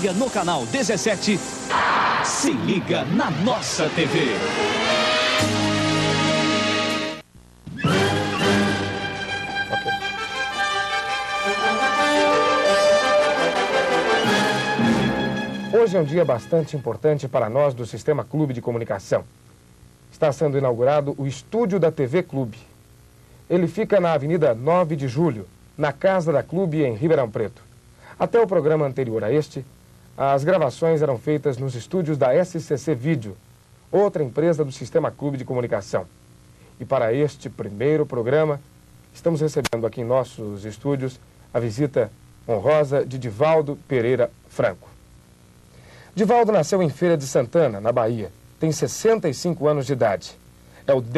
liga no canal 17. Se liga na nossa TV. Hoje é um dia bastante importante para nós do Sistema Clube de Comunicação. Está sendo inaugurado o estúdio da TV Clube. Ele fica na Avenida 9 de Julho, na Casa da Clube, em Ribeirão Preto. Até o programa anterior a este, as gravações eram feitas nos estúdios da SCC Vídeo, outra empresa do Sistema Clube de Comunicação. E para este primeiro programa, estamos recebendo aqui em nossos estúdios a visita honrosa de Divaldo Pereira Franco. Divaldo nasceu em Feira de Santana, na Bahia. Tem 65 anos de idade. É o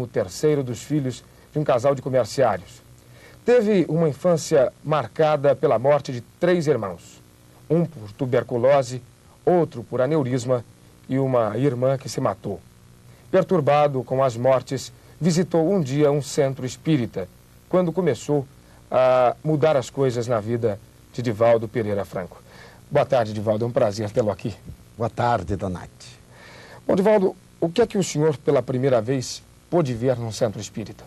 13º dos filhos de um casal de comerciários. Teve uma infância marcada pela morte de 3 irmãos. Um por tuberculose, outro por aneurisma e uma irmã que se matou. Perturbado com as mortes, visitou um dia um centro espírita, quando começou a mudar as coisas na vida de Divaldo Pereira Franco. Boa tarde, Divaldo. É um prazer tê-lo aqui. Boa tarde, Donati. Bom, Divaldo, o que é que o senhor, pela primeira vez, pôde ver num centro espírita?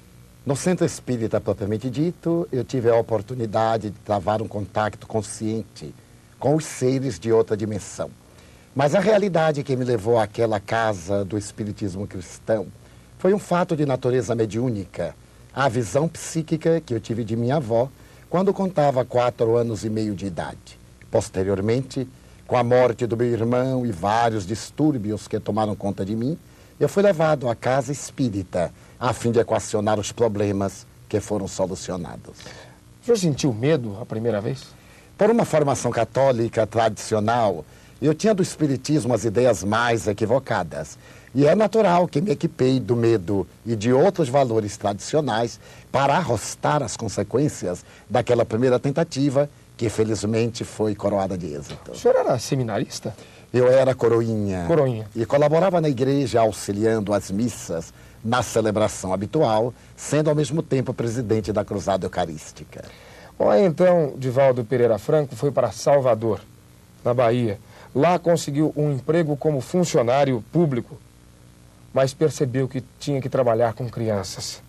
No centro espírita, propriamente dito, eu tive a oportunidade de travar um contato consciente com os seres de outra dimensão. Mas a realidade que me levou àquela casa do espiritismo cristão foi um fato de natureza mediúnica, a visão psíquica que eu tive de minha avó quando contava 4 anos e meio de idade. Posteriormente, com a morte do meu irmão e vários distúrbios que tomaram conta de mim, eu fui levado à casa espírita, a fim de equacionar os problemas que foram solucionados. O senhor sentiu medo a primeira vez? Por uma formação católica tradicional, eu tinha do espiritismo as ideias mais equivocadas. E é natural que me equipei do medo e de outros valores tradicionais para arrostar as consequências daquela primeira tentativa, que felizmente foi coroada de êxito. O senhor era seminarista? Eu era coroinha. Coroinha. E colaborava na igreja auxiliando as missas na celebração habitual, sendo ao mesmo tempo presidente da Cruzada Eucarística. Bom, aí então, Divaldo Pereira Franco foi para Salvador, na Bahia. Lá conseguiu um emprego como funcionário público, mas percebeu que tinha que trabalhar com crianças.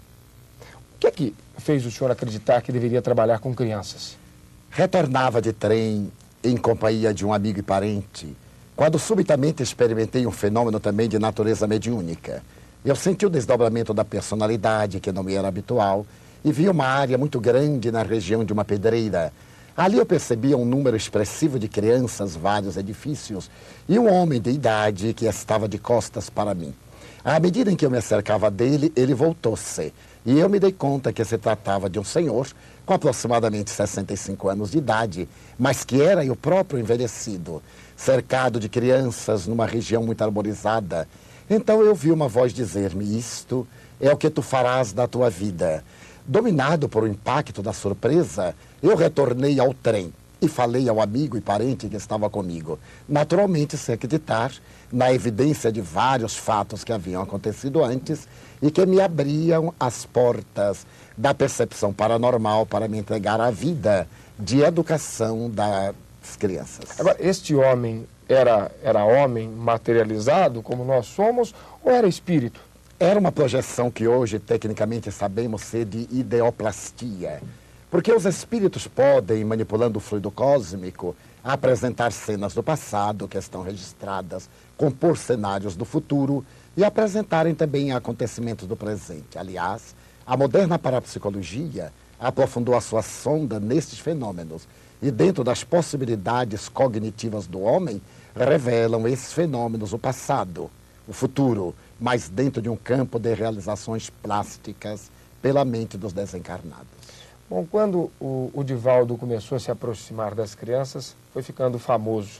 O que é que fez o senhor acreditar que deveria trabalhar com crianças? Retornava de trem em companhia de um amigo e parente, quando subitamente experimentei um fenômeno também de natureza mediúnica. Eu senti o desdobramento da personalidade, que não me era habitual, e vi uma área muito grande na região de uma pedreira. Ali eu percebia um número expressivo de crianças, vários edifícios, e um homem de idade que estava de costas para mim. À medida em que eu me acercava dele, ele voltou-se, e eu me dei conta que se tratava de um senhor com aproximadamente 65 anos de idade, mas que era eu próprio envelhecido, cercado de crianças numa região muito arborizada. Então eu vi uma voz dizer-me: isto é o que tu farás da tua vida. Dominado por o impacto da surpresa, eu retornei ao trem e falei ao amigo e parente que estava comigo, naturalmente sem acreditar na evidência de vários fatos que haviam acontecido antes e que me abriam as portas da percepção paranormal para me entregar à vida de educação das crianças. Agora, este homem era homem materializado, como nós somos, ou era espírito? Era uma projeção que hoje, tecnicamente, sabemos ser de ideoplastia. Porque os espíritos podem, manipulando o fluido cósmico, apresentar cenas do passado que estão registradas, compor cenários do futuro e apresentarem também acontecimentos do presente. Aliás, a moderna parapsicologia aprofundou a sua sonda nestes fenômenos e, dentro das possibilidades cognitivas do homem, revelam esses fenômenos o passado, o futuro, mas dentro de um campo de realizações plásticas pela mente dos desencarnados. Bom, quando o Divaldo começou a se aproximar das crianças, foi ficando famoso.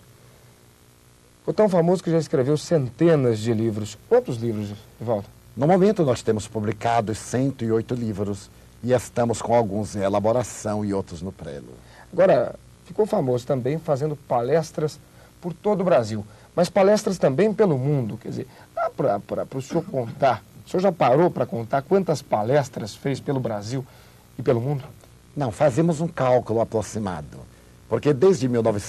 Foi tão famoso que já escreveu centenas de livros. Quantos livros, Divaldo? No momento nós temos publicados 108 livros e estamos com alguns em elaboração e outros no prelo. Agora, ficou famoso também fazendo palestras por todo o Brasil, mas palestras também pelo mundo. Quer dizer, dá para o senhor contar, o senhor já parou para contar quantas palestras fez pelo Brasil e pelo mundo? Não, fazemos um cálculo aproximado. Porque desde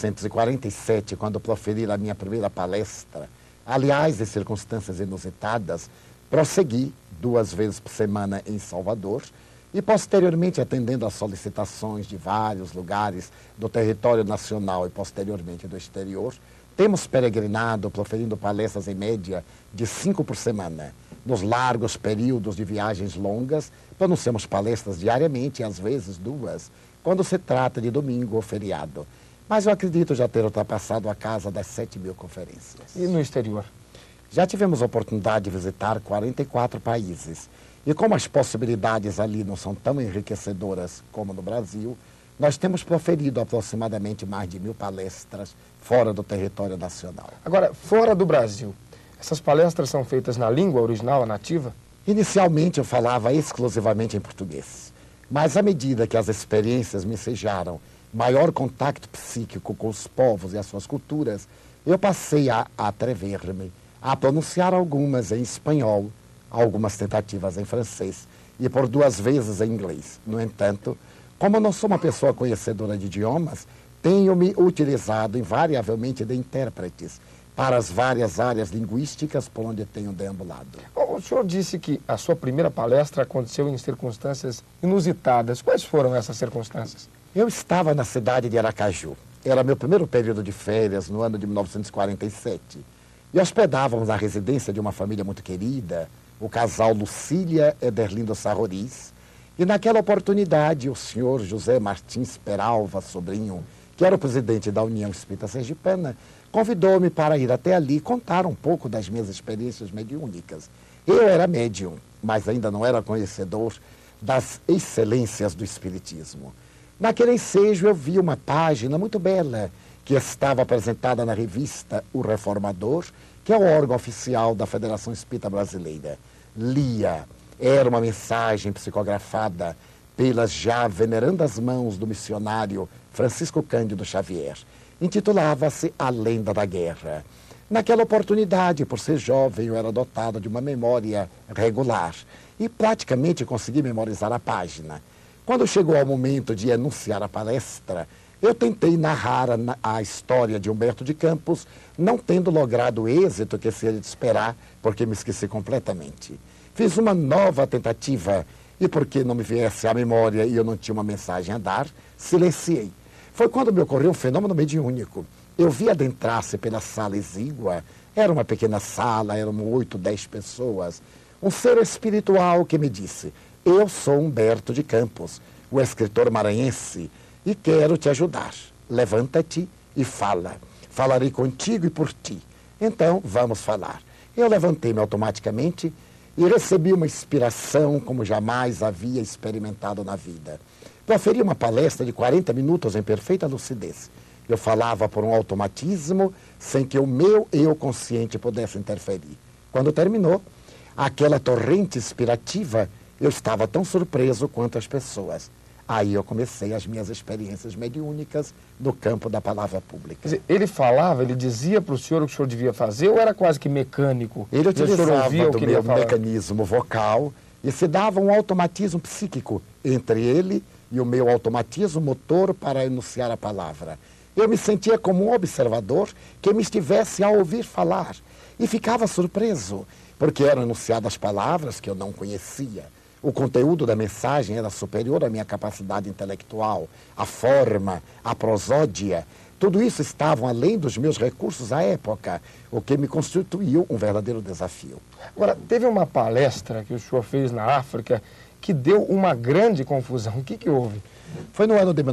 1947, quando proferi a minha primeira palestra, aliás, em circunstâncias inusitadas, prossegui 2 vezes por semana em Salvador e, posteriormente, atendendo às solicitações de vários lugares do território nacional e, posteriormente, do exterior, temos peregrinado, proferindo palestras em média de 5 por semana. Nos largos períodos de viagens longas, pronunciamos palestras diariamente, às vezes 2, quando se trata de domingo ou feriado. Mas eu acredito já ter ultrapassado a casa das 7.000 conferências. E no exterior? Já tivemos a oportunidade de visitar 44 países. E como as possibilidades ali não são tão enriquecedoras como no Brasil, nós temos proferido aproximadamente mais de 1.000 palestras fora do território nacional. Agora, fora do Brasil, essas palestras são feitas na língua original, a nativa? Inicialmente eu falava exclusivamente em português, mas à medida que as experiências me ensejaram maior contato psíquico com os povos e as suas culturas, eu passei a atrever-me a pronunciar algumas em espanhol, algumas tentativas em francês e por 2 vezes em inglês. No entanto, como eu não sou uma pessoa conhecedora de idiomas, tenho me utilizado invariavelmente de intérpretes para as várias áreas linguísticas por onde tenho deambulado. O senhor disse que a sua primeira palestra aconteceu em circunstâncias inusitadas. Quais foram essas circunstâncias? Eu estava na cidade de Aracaju. Era meu primeiro período de férias, no ano de 1947. E hospedávamos na residência de uma família muito querida, o casal Lucília Ederlindo Sarroriz. E naquela oportunidade, o senhor José Martins Peralva, sobrinho, que era o presidente da União Espírita Sergipana, convidou-me para ir até ali contar um pouco das minhas experiências mediúnicas. Eu era médium, mas ainda não era conhecedor das excelências do Espiritismo. Naquele ensejo eu vi uma página muito bela que estava apresentada na revista O Reformador, que é o órgão oficial da Federação Espírita Brasileira. Lia, era uma mensagem psicografada pelas já venerandas mãos do missionário Francisco Cândido Xavier. Intitulava-se A Lenda da Guerra. Naquela oportunidade, por ser jovem, eu era dotado de uma memória regular e praticamente consegui memorizar a página. Quando chegou ao momento de enunciar a palestra, eu tentei narrar a história de Humberto de Campos, não tendo logrado o êxito que seria de esperar, porque me esqueci completamente. Fiz uma nova tentativa e, porque não me viesse à memória e eu não tinha uma mensagem a dar, silenciei. Foi quando me ocorreu um fenômeno mediúnico. Eu vi adentrar-se pela sala exígua, era uma pequena sala, eram 8, 10 pessoas, um ser espiritual que me disse: eu sou Humberto de Campos, o escritor maranhense, e quero te ajudar. Levanta-te e fala. Falarei contigo e por ti. Então, vamos falar. Eu levantei-me automaticamente e recebi uma inspiração como jamais havia experimentado na vida. Proferi uma palestra de 40 minutos em perfeita lucidez. Eu falava por um automatismo, sem que o meu eu consciente pudesse interferir. Quando terminou, aquela torrente inspirativa, eu estava tão surpreso quanto as pessoas. Aí eu comecei as minhas experiências mediúnicas no campo da palavra pública. Quer dizer, ele falava, ele dizia para o senhor o que o senhor devia fazer ou era quase que mecânico? Ele utilizava do meu falar? mecanismo vocal e se dava um automatismo psíquico entre ele e o meu automatismo motor para enunciar a palavra. Eu me sentia como um observador que me estivesse a ouvir falar e ficava surpreso, porque eram enunciadas palavras que eu não conhecia. O conteúdo da mensagem era superior à minha capacidade intelectual, a forma, a prosódia. Tudo isso estavam além dos meus recursos à época, o que me constituiu um verdadeiro desafio. Agora, teve uma palestra que o senhor fez na África que deu uma grande confusão. O que houve? Foi no ano de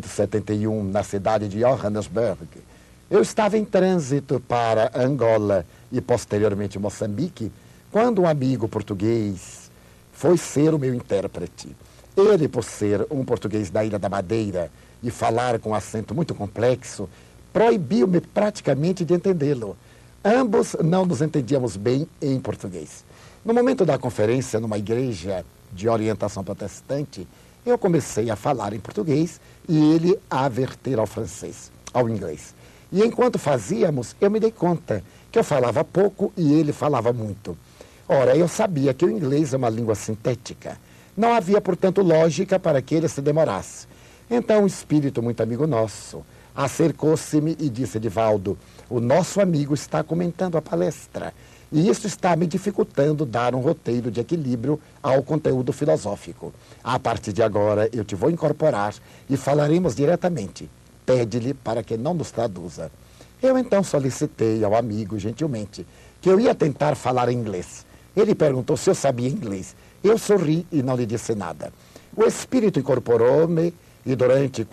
1971, na cidade de Johannesburg. Eu estava em trânsito para Angola e posteriormente Moçambique, quando um amigo português foi ser o meu intérprete. Ele, por ser um português da Ilha da Madeira e falar com um acento muito complexo, proibiu-me praticamente de entendê-lo. Ambos não nos entendíamos bem em português. No momento da conferência, numa igreja de orientação protestante, eu comecei a falar em português e ele a verter ao francês, ao inglês. E enquanto fazíamos, eu me dei conta que eu falava pouco e ele falava muito. Ora, eu sabia que o inglês é uma língua sintética. Não havia, portanto, lógica para que ele se demorasse. Então um espírito muito amigo nosso acercou-se-me e disse: Edivaldo, o nosso amigo está comentando a palestra e isso está me dificultando dar um roteiro de equilíbrio ao conteúdo filosófico. A partir de agora eu te vou incorporar e falaremos diretamente. Pede-lhe para que não nos traduza. Eu então solicitei ao amigo, gentilmente, que eu ia tentar falar inglês. Ele perguntou se eu sabia inglês. Eu sorri e não lhe disse nada. O espírito incorporou-me e durante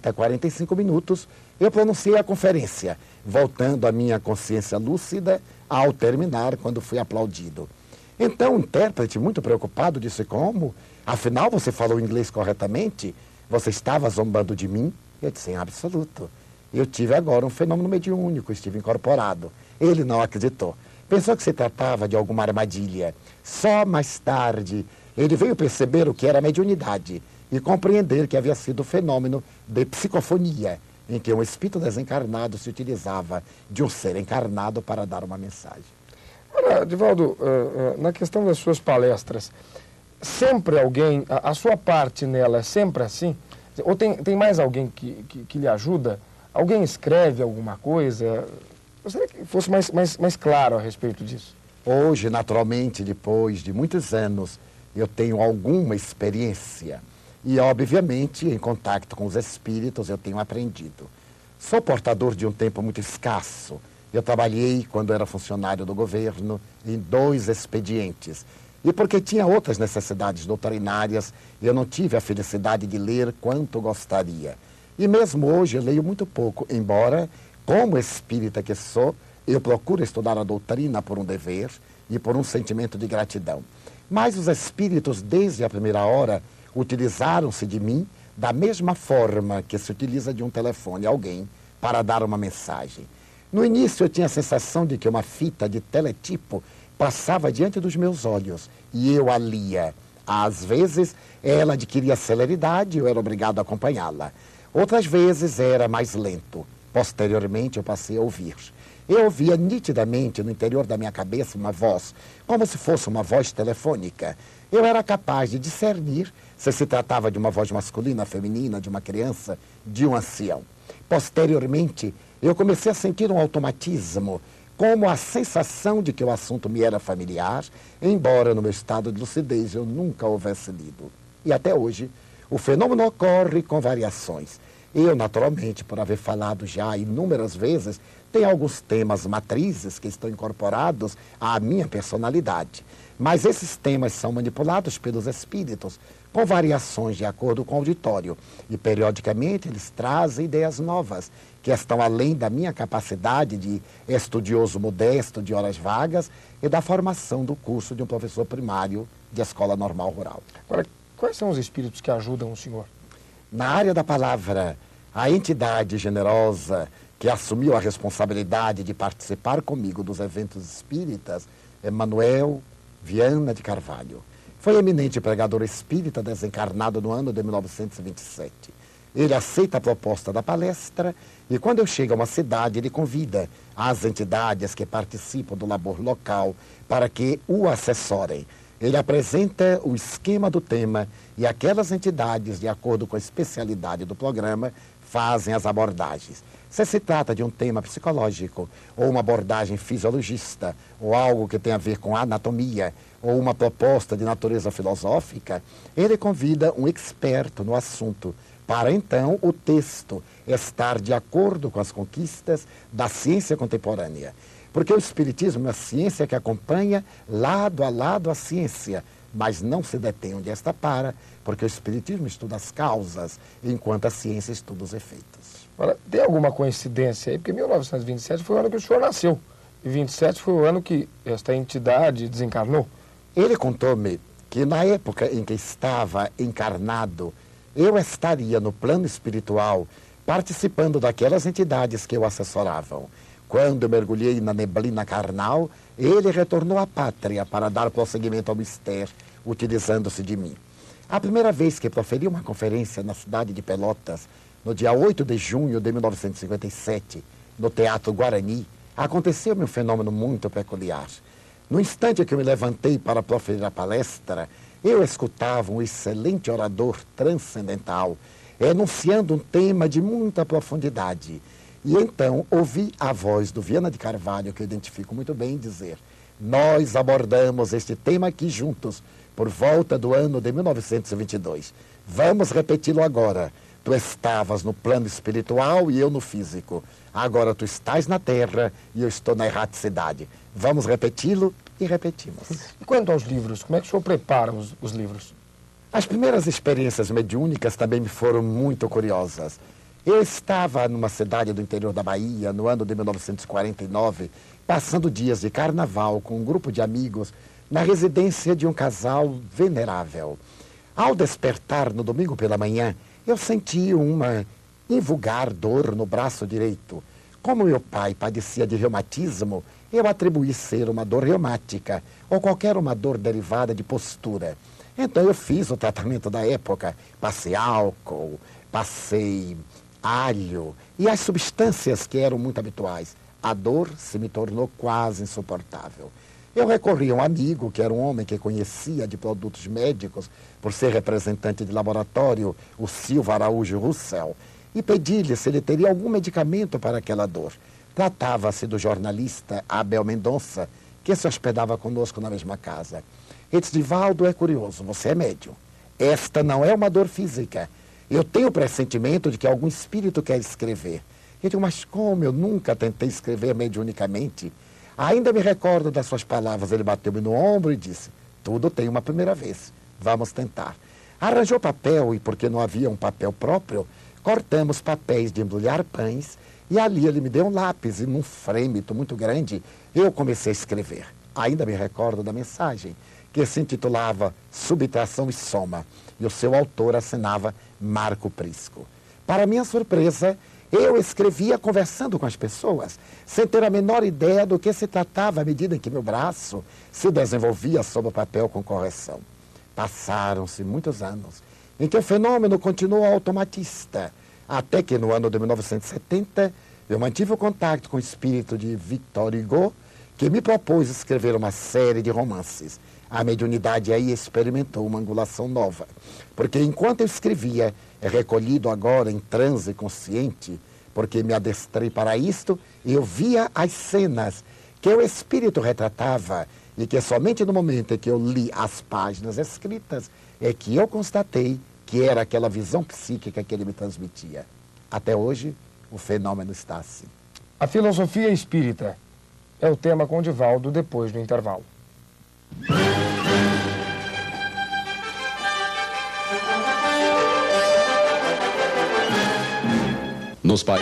45 minutos eu pronunciei a conferência, voltando à minha consciência lúcida ao terminar, quando fui aplaudido. Então o intérprete, muito preocupado, disse: como? Afinal, você falou inglês corretamente? Você estava zombando de mim? Eu disse: em absoluto. Eu tive agora um fenômeno mediúnico, estive incorporado. Ele não acreditou. Pensou que se tratava de alguma armadilha. Só mais tarde ele veio perceber o que era mediunidade e compreender que havia sido o fenômeno de psicofonia, em que um espírito desencarnado se utilizava de um ser encarnado para dar uma mensagem. Ora, Edivaldo, na questão das suas palestras, sempre alguém, a sua parte nela é sempre assim? Ou tem mais alguém que lhe ajuda? Alguém escreve alguma coisa? Gostaria que fosse mais claro a respeito disso. Hoje, naturalmente, depois de muitos anos, eu tenho alguma experiência. E, obviamente, em contato com os espíritos, eu tenho aprendido. Sou portador de um tempo muito escasso. Eu trabalhei, quando era funcionário do governo, em 2 expedientes. E porque tinha outras necessidades doutrinárias, eu não tive a felicidade de ler quanto gostaria. E mesmo hoje eu leio muito pouco, embora, como espírita que sou, eu procuro estudar a doutrina por um dever e por um sentimento de gratidão. Mas os espíritos, desde a primeira hora, utilizaram-se de mim da mesma forma que se utiliza de um telefone a alguém para dar uma mensagem. No início eu tinha a sensação de que uma fita de teletipo passava diante dos meus olhos e eu a lia. Às vezes ela adquiria celeridade e eu era obrigado a acompanhá-la. Outras vezes era mais lento. Posteriormente eu passei a ouvir. Eu ouvia nitidamente no interior da minha cabeça uma voz, como se fosse uma voz telefônica. Eu era capaz de discernir se se tratava de uma voz masculina, feminina, de uma criança, de um ancião. Posteriormente, eu comecei a sentir um automatismo, como a sensação de que o assunto me era familiar, embora no meu estado de lucidez eu nunca houvesse lido. E até hoje, o fenômeno ocorre com variações. Eu, naturalmente, por haver falado já inúmeras vezes, tenho alguns temas matrizes que estão incorporados à minha personalidade. Mas esses temas são manipulados pelos espíritos, com variações de acordo com o auditório. E, periodicamente, eles trazem ideias novas, que estão além da minha capacidade de estudioso modesto de horas vagas e da formação do curso de um professor primário de escola normal rural. Agora, quais são os espíritos que ajudam o senhor? Na área da palavra, a entidade generosa que assumiu a responsabilidade de participar comigo dos eventos espíritas é Manuel Viana de Carvalho. Foi eminente pregador espírita desencarnado no ano de 1927. Ele aceita a proposta da palestra e quando eu chego a uma cidade, ele convida as entidades que participam do labor local para que o assessorem. Ele apresenta o esquema do tema e aquelas entidades, de acordo com a especialidade do programa, fazem as abordagens. Se trata de um tema psicológico, ou uma abordagem fisiologista, ou algo que tem a ver com anatomia, ou uma proposta de natureza filosófica, ele convida um experto no assunto, para então o texto estar de acordo com as conquistas da ciência contemporânea. Porque o Espiritismo é a ciência que acompanha lado a lado a ciência, mas não se detém onde esta para, porque o Espiritismo estuda as causas, enquanto a ciência estuda os efeitos. Agora, tem alguma coincidência aí? Porque 1927 foi o ano que o senhor nasceu, e 27 foi o ano que esta entidade desencarnou. Ele contou-me que na época em que estava encarnado, eu estaria no plano espiritual participando daquelas entidades que o assessoravam. Quando eu mergulhei na neblina carnal, ele retornou à pátria para dar prosseguimento ao mistério, utilizando-se de mim. A primeira vez que proferi uma conferência na cidade de Pelotas, no dia 8 de junho de 1957, no Teatro Guarani, aconteceu-me um fenômeno muito peculiar. No instante que eu me levantei para proferir a palestra, eu escutava um excelente orador transcendental. enunciando um tema de muita profundidade. E então ouvi a voz do Viana de Carvalho, que eu identifico muito bem, dizer: nós abordamos este tema aqui juntos, por volta do ano de 1922. Vamos repeti-lo agora. Tu estavas no plano espiritual e eu no físico. Agora tu estás na terra e eu estou na erraticidade. Vamos repeti-lo e repetimos. E quanto aos livros, como é que o senhor prepara os livros? As primeiras experiências mediúnicas também me foram muito curiosas. Eu estava numa cidade do interior da Bahia, no ano de 1949, passando dias de carnaval com um grupo de amigos na residência de um casal venerável. Ao despertar no domingo pela manhã, eu senti uma invulgar dor no braço direito. Como meu pai padecia de reumatismo, eu atribuí ser uma dor reumática ou qualquer uma dor derivada de postura. Então eu fiz o tratamento da época, passei álcool, passei alho e as substâncias que eram muito habituais. A dor se me tornou quase insuportável. Eu recorri a um amigo, que era um homem que conhecia de produtos médicos, por ser representante de laboratório, o Silva Araújo Russell, e pedi-lhe se ele teria algum medicamento para aquela dor. Tratava-se do jornalista Abel Mendonça, que se hospedava conosco na mesma casa. Ele disse: Divaldo, é curioso, você é médium. Esta não é uma dor física. Eu tenho o pressentimento de que algum espírito quer escrever. Eu digo: mas como? Eu nunca tentei escrever mediunicamente. Ainda me recordo das suas palavras. Ele bateu-me no ombro e disse: tudo tem uma primeira vez. Vamos tentar. Arranjou papel e, porque não havia um papel próprio, cortamos papéis de embrulhar pães e ali ele me deu um lápis e num frêmito muito grande eu comecei a escrever. Ainda me recordo da mensagem, que se intitulava Subtração e Soma, e o seu autor assinava Marco Prisco. Para minha surpresa, eu escrevia conversando com as pessoas, sem ter a menor ideia do que se tratava à medida em que meu braço se desenvolvia sob o papel com correção. Passaram-se muitos anos em que o fenômeno continuou automatista, até que no ano de 1970 eu mantive o contato com o espírito de Victor Hugo, que me propôs escrever uma série de romances. A mediunidade aí experimentou uma angulação nova, porque enquanto eu escrevia, recolhido agora em transe consciente, porque me adestrei para isto, eu via as cenas que o espírito retratava e que somente no momento em que eu li as páginas escritas é que eu constatei que era aquela visão psíquica que ele me transmitia. Até hoje, o fenômeno está assim. A filosofia espírita é o tema com Divaldo depois do intervalo. Nos Pai.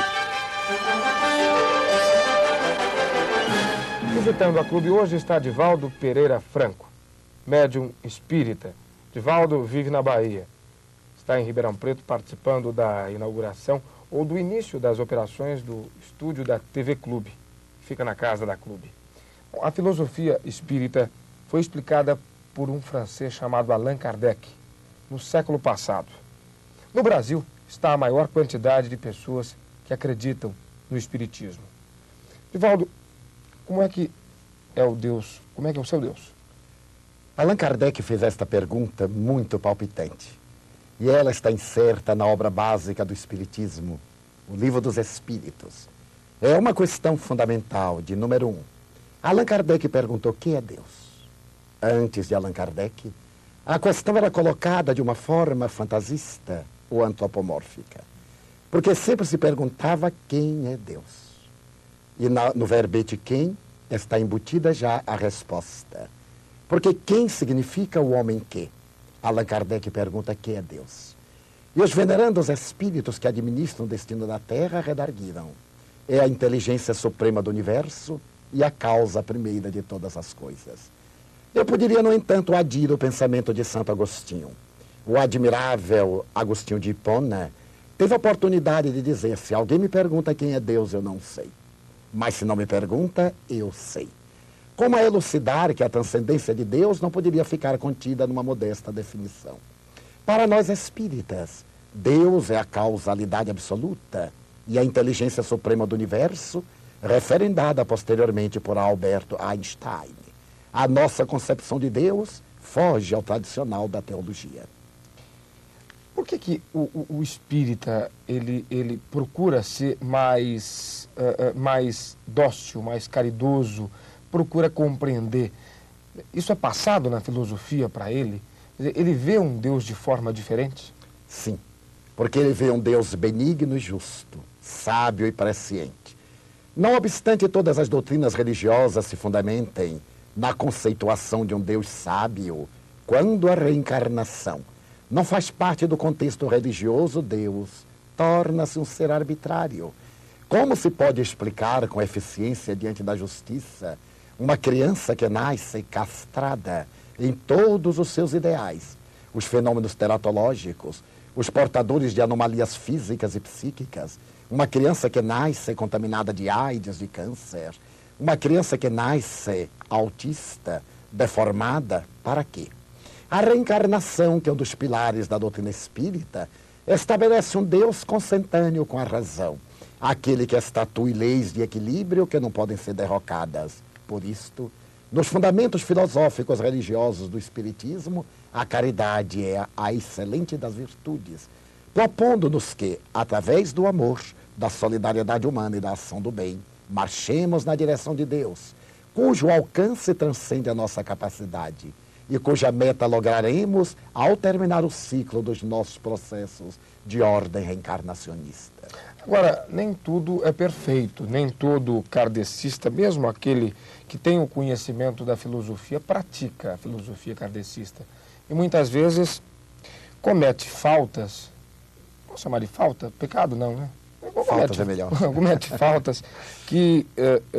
Visitando a clube hoje está Divaldo Pereira Franco, médium espírita. Divaldo vive na Bahia. Está em Ribeirão Preto participando da inauguração ou do início das operações do estúdio da TV Clube. Fica na casa da clube. A filosofia espírita foi explicada por um francês chamado Allan Kardec no século passado. No Brasil está a maior quantidade de pessoas que acreditam no espiritismo. Divaldo, como é que é o Deus? Como é que é o seu Deus? Allan Kardec fez esta pergunta muito palpitante. E ela está inserta na obra básica do Espiritismo, o Livro dos Espíritos. É uma questão fundamental, de número 1. Allan Kardec perguntou: o que é Deus? Antes de Allan Kardec, a questão era colocada de uma forma fantasista ou antropomórfica. Porque sempre se perguntava quem é Deus. E no verbete quem está embutida já a resposta. Porque quem significa o homem que? Allan Kardec pergunta: que é Deus? E os venerandos espíritos que administram o destino da Terra redarguiram: é a inteligência suprema do universo e a causa primeira de todas as coisas. Eu poderia, no entanto, adir o pensamento de Santo Agostinho. O admirável Agostinho de Hipona teve a oportunidade de dizer: se alguém me pergunta quem é Deus, eu não sei. Mas se não me pergunta, eu sei. Como a elucidar que a transcendência de Deus não poderia ficar contida numa modesta definição. Para nós espíritas, Deus é a causalidade absoluta e a inteligência suprema do universo, referendada posteriormente por Albert Einstein. A nossa concepção de Deus foge ao tradicional da teologia. Por que o espírita ele procura ser mais dócil, mais caridoso, procura compreender? Isso é passado na filosofia para ele? Ele vê um Deus de forma diferente? Sim, porque ele vê um Deus benigno e justo, sábio e presciente. Não obstante todas as doutrinas religiosas se fundamentem na conceituação de um Deus sábio, quando a reencarnação não faz parte do contexto religioso, Deus torna-se um ser arbitrário. Como se pode explicar com eficiência diante da justiça uma criança que nasce castrada em todos os seus ideais, os fenômenos teratológicos, os portadores de anomalias físicas e psíquicas, uma criança que nasce contaminada de AIDS, de câncer, uma criança que nasce autista, deformada, para quê? A reencarnação, que é um dos pilares da doutrina espírita, estabelece um Deus consentâneo com a razão, aquele que estatui leis de equilíbrio que não podem ser derrocadas. Por isto, nos fundamentos filosóficos religiosos do Espiritismo, a caridade é a excelente das virtudes, propondo-nos que, através do amor, da solidariedade humana e da ação do bem, marchemos na direção de Deus, cujo alcance transcende a nossa capacidade e cuja meta lograremos ao terminar o ciclo dos nossos processos de ordem reencarnacionista. Agora, nem tudo é perfeito, nem todo kardecista, mesmo aquele que tem o conhecimento da filosofia, pratica a filosofia kardecista. E muitas vezes comete faltas, vamos chamar de falta? Pecado não, né? Faltas é melhor. Comete faltas que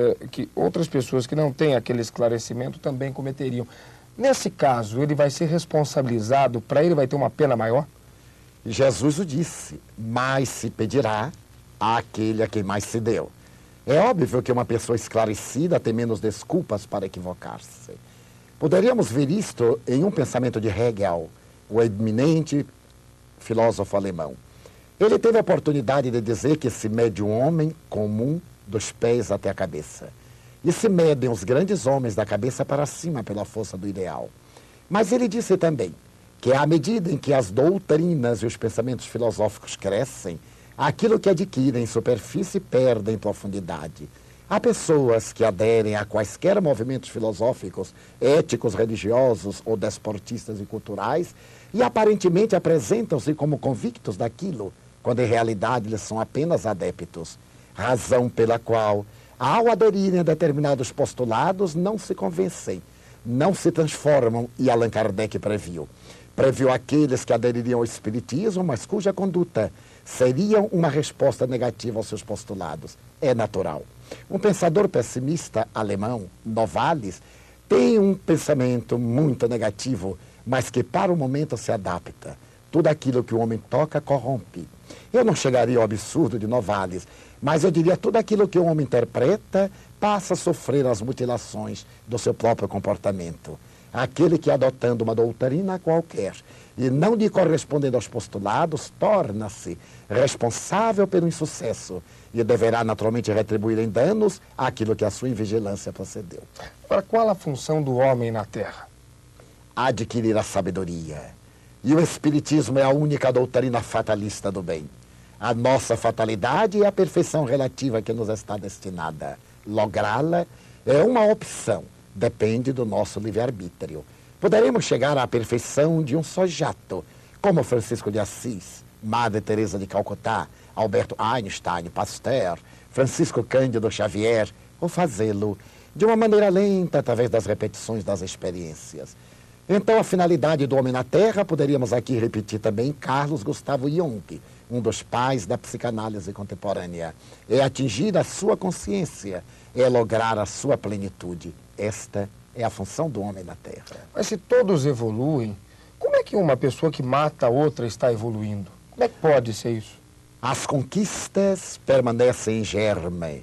outras pessoas que não têm aquele esclarecimento também cometeriam. Nesse caso, ele vai ser responsabilizado, para ele vai ter uma pena maior? Jesus o disse, mais se pedirá àquele a quem mais se deu. É óbvio que uma pessoa esclarecida tem menos desculpas para equivocar-se. Poderíamos ver isto em um pensamento de Hegel, o eminente filósofo alemão. Ele teve a oportunidade de dizer que se mede um homem comum dos pés até a cabeça. E se medem os grandes homens da cabeça para cima pela força do ideal. Mas ele disse também que à medida em que as doutrinas e os pensamentos filosóficos crescem, aquilo que adquirem superfície perde em profundidade. Há pessoas que aderem a quaisquer movimentos filosóficos, éticos, religiosos ou desportistas e culturais e aparentemente apresentam-se como convictos daquilo, quando em realidade eles são apenas adeptos. Razão pela qual, ao aderirem a determinados postulados, não se convencem, não se transformam, e Allan Kardec previu. Previu aqueles que adeririam ao espiritismo, mas cuja conduta seria uma resposta negativa aos seus postulados. É natural. Um pensador pessimista alemão, Novalis, tem um pensamento muito negativo, mas que para o momento se adapta. Tudo aquilo que o homem toca corrompe. Eu não chegaria ao absurdo de Novalis, mas eu diria tudo aquilo que o homem interpreta passa a sofrer as mutilações do seu próprio comportamento. Aquele que, adotando uma doutrina qualquer e não lhe correspondendo aos postulados, torna-se responsável pelo insucesso e deverá naturalmente retribuir em danos aquilo que a sua invigilância procedeu. Agora, qual a função do homem na Terra? Adquirir a sabedoria. E o Espiritismo é a única doutrina fatalista do bem. A nossa fatalidade é a perfeição relativa que nos está destinada. Lográ-la é uma opção, depende do nosso livre-arbítrio. Poderemos chegar à perfeição de um só jato, como Francisco de Assis, Madre Teresa de Calcutá, Alberto Einstein, Pasteur, Francisco Cândido Xavier, ou fazê-lo de uma maneira lenta, através das repetições das experiências. Então, a finalidade do homem na Terra, poderíamos aqui repetir também Carlos Gustavo Jung, um dos pais da psicanálise contemporânea, é atingir a sua consciência, é lograr a sua plenitude. Esta é a função do homem na Terra. Mas se todos evoluem, como é que uma pessoa que mata a outra está evoluindo? Como é que pode ser isso? As conquistas permanecem em germe.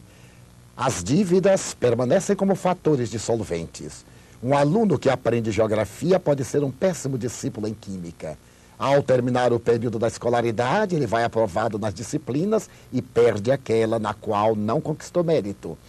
As dívidas permanecem como fatores dissolventes. Um aluno que aprende geografia pode ser um péssimo discípulo em química. Ao terminar o período da escolaridade, ele vai aprovado nas disciplinas e perde aquela na qual não conquistou mérito.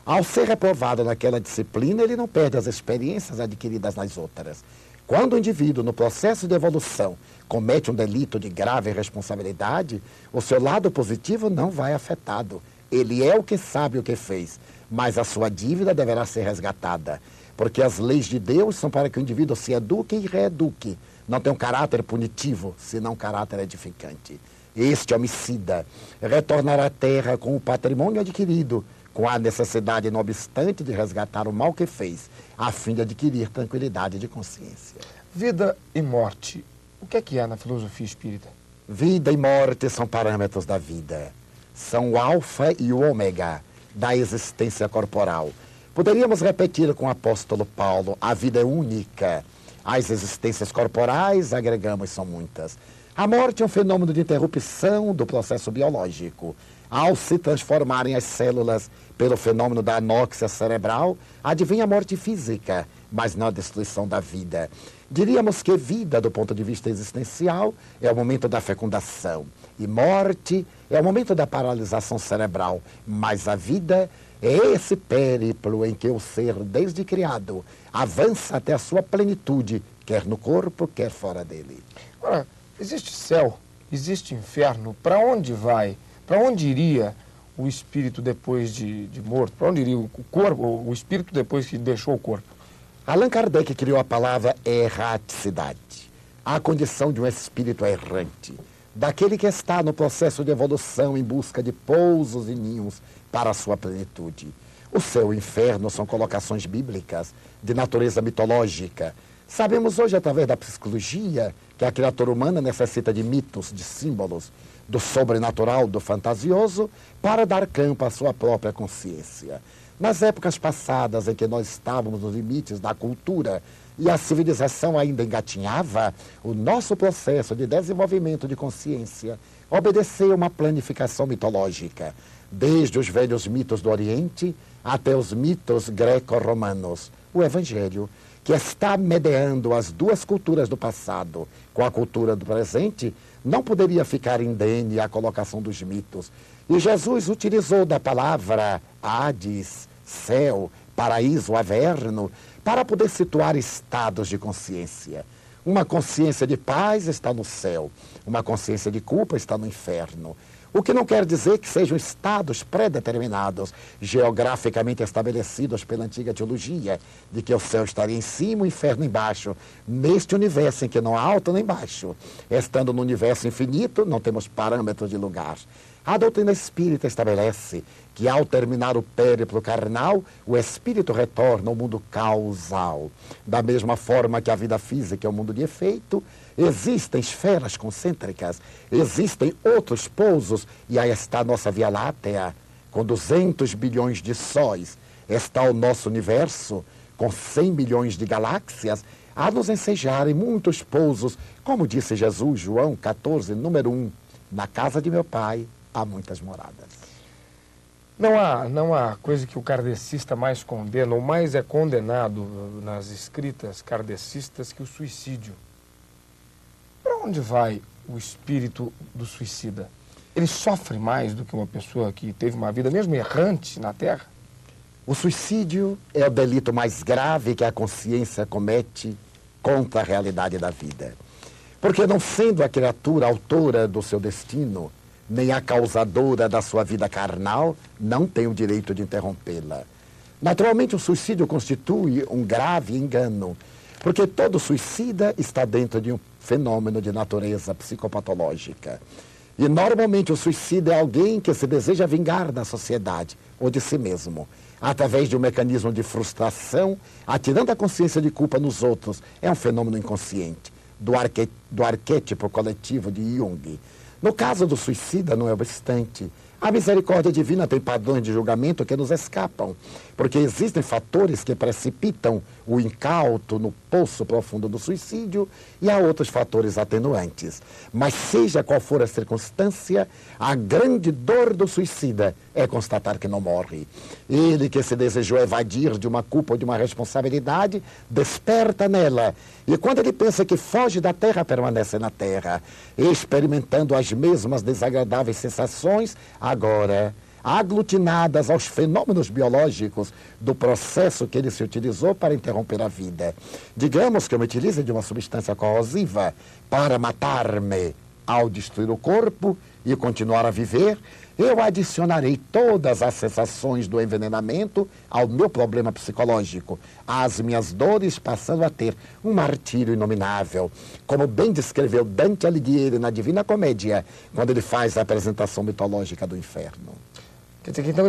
Ao ser reprovado naquela disciplina, ele não perde as experiências adquiridas nas outras. Quando o indivíduo, no processo de evolução, comete um delito de grave responsabilidade, o seu lado positivo não vai afetado. Ele é o que sabe o que fez, mas a sua dívida deverá ser resgatada. Porque as leis de Deus são para que o indivíduo se eduque e reeduque. Não tem um caráter punitivo, senão um caráter edificante. Este homicida retornará à terra com o patrimônio adquirido, com a necessidade, não obstante, de resgatar o mal que fez, a fim de adquirir tranquilidade de consciência. Vida e morte. O que é na filosofia espírita? Vida e morte são parâmetros da vida. São o alfa e o ômega da existência corporal. Poderíamos repetir com o apóstolo Paulo: a vida é única. As existências corporais, agregamos, são muitas. A morte é um fenômeno de interrupção do processo biológico. Ao se transformarem as células pelo fenômeno da anóxia cerebral, advém a morte física, mas não a destruição da vida. Diríamos que vida, do ponto de vista existencial, é o momento da fecundação. E morte é o momento da paralisação cerebral. Mas a vida é esse périplo em que o ser, desde criado, avança até a sua plenitude, quer no corpo, quer fora dele. Ora, existe céu, existe inferno. Para onde vai? Para onde iria o espírito depois de morto? Para onde iria o corpo, o espírito depois que deixou o corpo? Allan Kardec criou a palavra erraticidade, a condição de um espírito errante, daquele que está no processo de evolução em busca de pousos e ninhos para a sua plenitude. O céu e o inferno são colocações bíblicas de natureza mitológica. Sabemos hoje, através da psicologia, que a criatura humana necessita de mitos, de símbolos, do sobrenatural, do fantasioso, para dar campo à sua própria consciência. Nas épocas passadas, em que nós estávamos nos limites da cultura e a civilização ainda engatinhava, o nosso processo de desenvolvimento de consciência obedeceu uma planificação mitológica, desde os velhos mitos do Oriente até os mitos greco-romanos. O Evangelho, que está mediando as duas culturas do passado com a cultura do presente, não poderia ficar indene à colocação dos mitos. E Jesus utilizou da palavra Hades, céu, paraíso, averno, para poder situar estados de consciência. Uma consciência de paz está no céu, uma consciência de culpa está no inferno. O que não quer dizer que sejam estados pré-determinados, geograficamente estabelecidos pela antiga teologia, de que o céu estaria em cima e o inferno embaixo, neste universo em que não há alto nem baixo. Estando no universo infinito, não temos parâmetros de lugar. A doutrina espírita estabelece que, ao terminar o périplo carnal, o espírito retorna ao mundo causal. Da mesma forma que a vida física é um mundo de efeito, existem esferas concêntricas, existem outros pousos, e aí está a nossa Via Láctea, com 200 bilhões de sóis. Está o nosso universo, com 100 milhões de galáxias, a nos ensejarem muitos pousos, como disse Jesus, João 14, número 1, na casa de meu Pai há muitas moradas. Não há coisa que o kardecista mais condena, ou mais é condenado nas escritas kardecistas, que o suicídio. Para onde vai o espírito do suicida? Ele sofre mais do que uma pessoa que teve uma vida mesmo errante na Terra? O suicídio é o delito mais grave que a consciência comete contra a realidade da vida. Porque, não sendo a criatura autora do seu destino, nem a causadora da sua vida carnal, não tem o direito de interrompê-la. Naturalmente, o suicídio constitui um grave engano, porque todo suicida está dentro de um fenômeno de natureza psicopatológica. E, normalmente, o suicida é alguém que se deseja vingar da sociedade ou de si mesmo, através de um mecanismo de frustração, atirando a consciência de culpa nos outros. É um fenômeno inconsciente, do arquétipo coletivo de Jung. No caso do suicida, não é obstante, a misericórdia divina tem padrões de julgamento que nos escapam, porque existem fatores que precipitam o incauto no poço profundo do suicídio e há outros fatores atenuantes. Mas seja qual for a circunstância, a grande dor do suicida é constatar que não morre. Ele que se desejou evadir de uma culpa ou de uma responsabilidade, desperta nela. E quando ele pensa que foge da terra, permanece na terra, experimentando as mesmas desagradáveis sensações. Agora, aglutinadas aos fenômenos biológicos do processo que ele se utilizou para interromper a vida. Digamos que eu me utilize de uma substância corrosiva para matar-me ao destruir o corpo e continuar a viver, eu adicionarei todas as sensações do envenenamento ao meu problema psicológico, às minhas dores, passando a ter um martírio inominável. Como bem descreveu Dante Alighieri na Divina Comédia, quando ele faz a apresentação mitológica do inferno. Quer dizer que então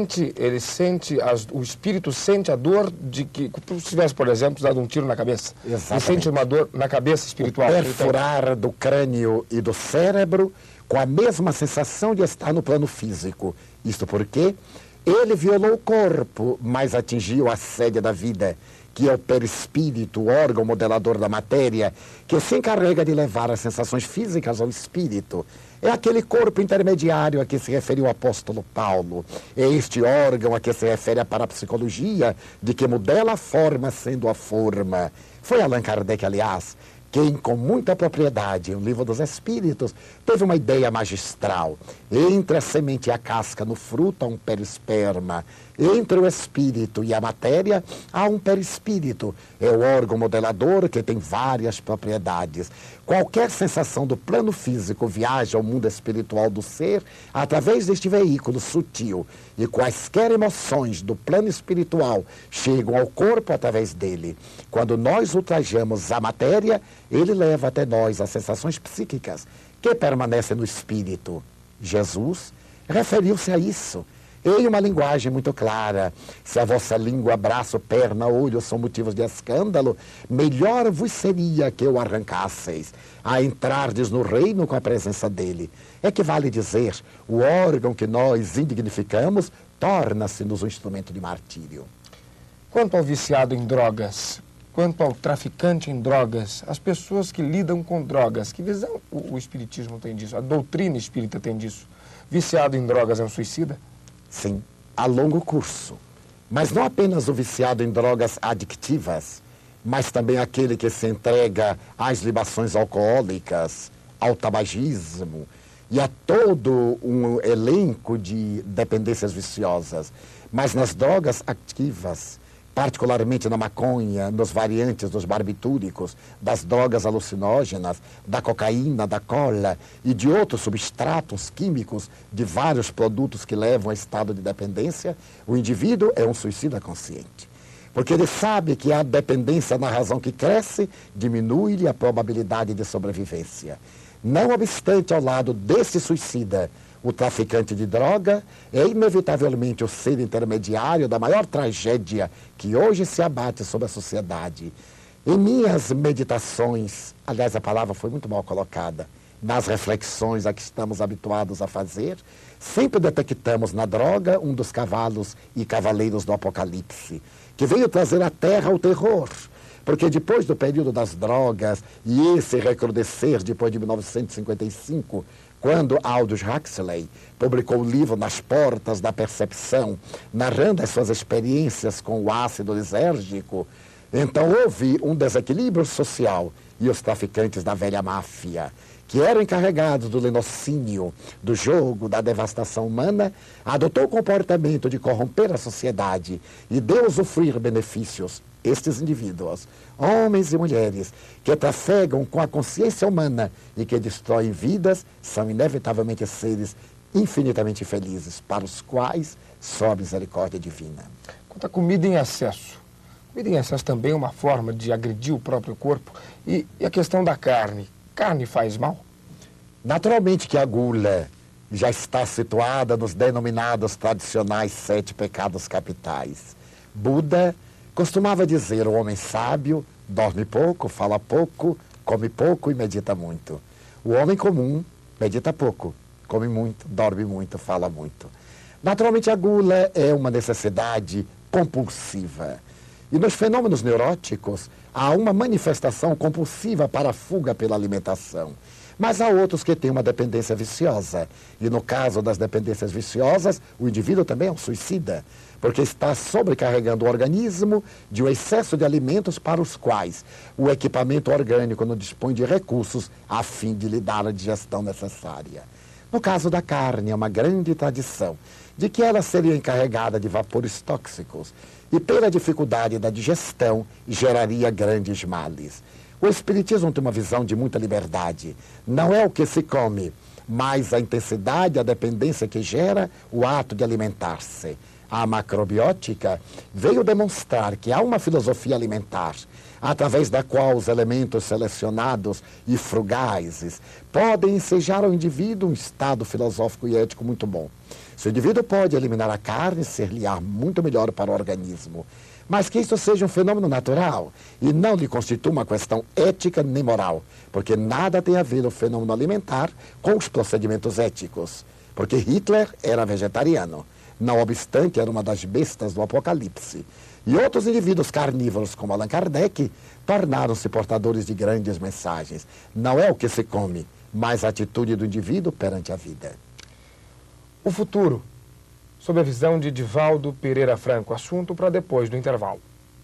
o espírito sente a dor de que, se tivesse, por exemplo, dado um tiro na cabeça. Exatamente. Ele sente uma dor na cabeça espiritual. O perfurar do crânio e do cérebro com a mesma sensação de estar no plano físico. Isto porque ele violou o corpo, mas atingiu a sede da vida, que é o perispírito, o órgão modelador da matéria, que se encarrega de levar as sensações físicas ao espírito. É aquele corpo intermediário a que se referiu o apóstolo Paulo. É este órgão a que se refere a parapsicologia, de que modela a forma sendo a forma. Foi Allan Kardec, aliás, quem, com muita propriedade, o Livro dos Espíritos, teve uma ideia magistral. Entre a semente e a casca, no fruto, há um perisperma. Entre o espírito e a matéria, há um perispírito. É o órgão modelador que tem várias propriedades. Qualquer sensação do plano físico viaja ao mundo espiritual do ser através deste veículo sutil. E quaisquer emoções do plano espiritual chegam ao corpo através dele. Quando nós ultrajamos a matéria, ele leva até nós as sensações psíquicas que permanecem no espírito. Jesus referiu-se a isso em uma linguagem muito clara. Se a vossa língua, braço, perna, olho são motivos de escândalo, melhor vos seria que o arrancasseis, a entrardes no reino com a presença dele. É que vale dizer, o órgão que nós indignificamos torna-se-nos um instrumento de martírio. Quanto ao viciado em drogas, quanto ao traficante em drogas, as pessoas que lidam com drogas, que visão o espiritismo tem disso? A doutrina espírita tem disso? Viciado em drogas é um suicida? Sim, a longo curso. Mas não apenas o viciado em drogas adictivas, mas também aquele que se entrega às libações alcoólicas, ao tabagismo e a todo um elenco de dependências viciosas. Mas nas drogas ativas, particularmente na maconha, nos variantes dos barbitúricos, das drogas alucinógenas, da cocaína, da cola e de outros substratos químicos de vários produtos que levam a estado de dependência, o indivíduo é um suicida consciente. Porque ele sabe que a dependência na razão que cresce diminui-lhe a probabilidade de sobrevivência. Não obstante, ao lado desse suicida, o traficante de droga é inevitavelmente o ser intermediário da maior tragédia que hoje se abate sobre a sociedade. Em minhas meditações, aliás, a palavra foi muito mal colocada, nas reflexões a que estamos habituados a fazer, sempre detectamos na droga um dos cavalos e cavaleiros do Apocalipse, que veio trazer à terra o terror. Porque depois do período das drogas e esse recrudescer depois de 1955, quando Aldous Huxley publicou o livro Nas Portas da Percepção, narrando as suas experiências com o ácido lisérgico, então houve um desequilíbrio social e os traficantes da velha máfia, que eram encarregados do lenocínio, do jogo, da devastação humana, adotou o comportamento de corromper a sociedade e de usufruir benefícios. Estes indivíduos, homens e mulheres, que trafegam com a consciência humana e que destroem vidas, são inevitavelmente seres infinitamente felizes, para os quais só a misericórdia divina. Quanto à comida em excesso. Comida em excesso também é uma forma de agredir o próprio corpo. E a questão da carne. Carne faz mal? Naturalmente que a gula já está situada nos denominados tradicionais 7 pecados capitais. Buda costumava dizer: o homem sábio dorme pouco, fala pouco, come pouco e medita muito. O homem comum medita pouco, come muito, dorme muito, fala muito. Naturalmente a gula é uma necessidade compulsiva. E nos fenômenos neuróticos há uma manifestação compulsiva para a fuga pela alimentação. Mas há outros que têm uma dependência viciosa. E no caso das dependências viciosas, o indivíduo também é um suicida, porque está sobrecarregando o organismo de um excesso de alimentos para os quais o equipamento orgânico não dispõe de recursos a fim de lhe dar a digestão necessária. No caso da carne, é uma grande tradição de que ela seria encarregada de vapores tóxicos e, pela dificuldade da digestão, geraria grandes males. O Espiritismo tem uma visão de muita liberdade. Não é o que se come, mas a intensidade, a dependência que gera o ato de alimentar-se. A macrobiótica veio demonstrar que há uma filosofia alimentar, através da qual os elementos selecionados e frugais podem ensejar ao indivíduo um estado filosófico e ético muito bom. Se o indivíduo pode eliminar a carne, ser-lhe-á muito melhor para o organismo. Mas que isso seja um fenômeno natural e não lhe constitua uma questão ética nem moral, porque nada tem a ver o fenômeno alimentar com os procedimentos éticos. Porque Hitler era vegetariano, não obstante era uma das bestas do Apocalipse. E outros indivíduos carnívoros, como Allan Kardec, tornaram-se portadores de grandes mensagens. Não é o que se come, mas a atitude do indivíduo perante a vida. O futuro, sob a visão de Divaldo Pereira Franco. Assunto para depois do intervalo.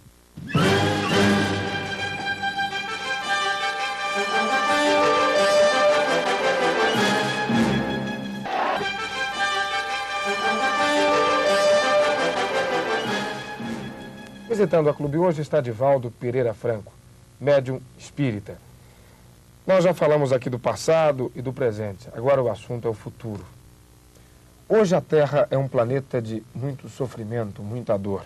Visitando a Clube hoje está Divaldo Pereira Franco, médium espírita. Nós já falamos aqui do passado e do presente, agora o assunto é o futuro. Hoje a Terra é um planeta de muito sofrimento, muita dor.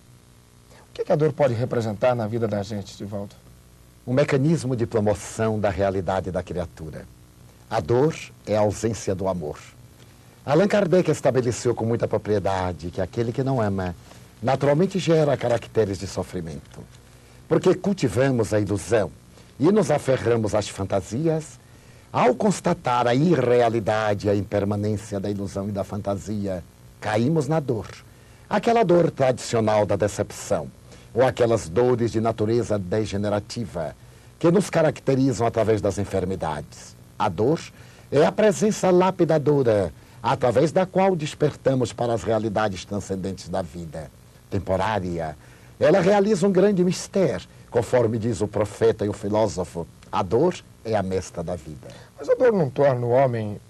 O que a dor pode representar na vida da gente, Divaldo? Um mecanismo de promoção da realidade da criatura. A dor é a ausência do amor. Allan Kardec estabeleceu com muita propriedade que aquele que não ama naturalmente gera caracteres de sofrimento. Porque cultivamos a ilusão e nos aferramos às fantasias. Ao constatar a irrealidade e a impermanência da ilusão e da fantasia, caímos na dor. Aquela dor tradicional da decepção, ou aquelas dores de natureza degenerativa, que nos caracterizam através das enfermidades. A dor é a presença lapidadora, através da qual despertamos para as realidades transcendentes da vida. Temporária, ela realiza um grande mistério, conforme diz o profeta e o filósofo. A dor é a mestra da vida. Mas a dor não torna o homem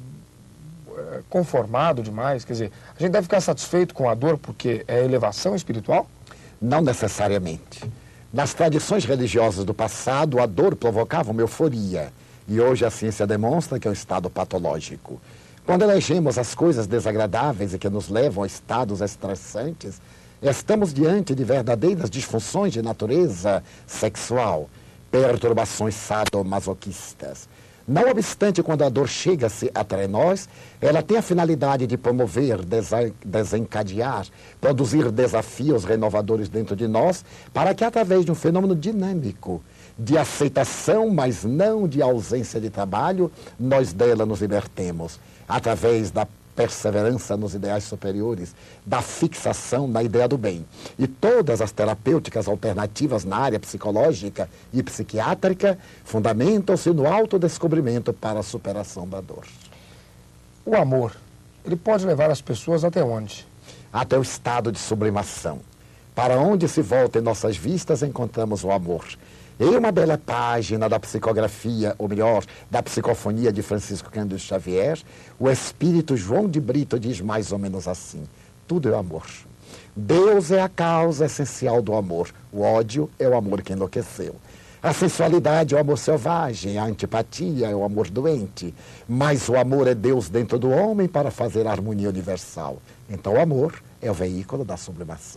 conformado demais? Quer dizer, a gente deve ficar satisfeito com a dor porque é elevação espiritual? Não necessariamente. Nas tradições religiosas do passado, a dor provocava uma euforia. E hoje a ciência demonstra que é um estado patológico. Quando elegemos as coisas desagradáveis e que nos levam a estados estressantes, estamos diante de verdadeiras disfunções de natureza sexual, perturbações sadomasoquistas. Não obstante, quando a dor chega-se até nós, ela tem a finalidade de promover, desencadear, produzir desafios renovadores dentro de nós, para que, através de um fenômeno dinâmico, de aceitação, mas não de ausência de trabalho, nós dela nos libertemos, através da perseverança nos ideais superiores, da fixação na ideia do bem. E todas as terapêuticas alternativas na área psicológica e psiquiátrica fundamentam-se no autodescobrimento para a superação da dor. O amor, ele pode levar as pessoas até onde? Até o estado de sublimação. Para onde se voltem nossas vistas, encontramos o amor. Em uma bela página da psicografia, ou melhor, da psicofonia de Francisco Cândido Xavier, o espírito João de Brito diz mais ou menos assim: tudo é amor. Deus é a causa essencial do amor. O ódio é o amor que enlouqueceu. A sensualidade é o amor selvagem, a antipatia é o amor doente. Mas o amor é Deus dentro do homem para fazer a harmonia universal. Então o amor é o veículo da sublimação.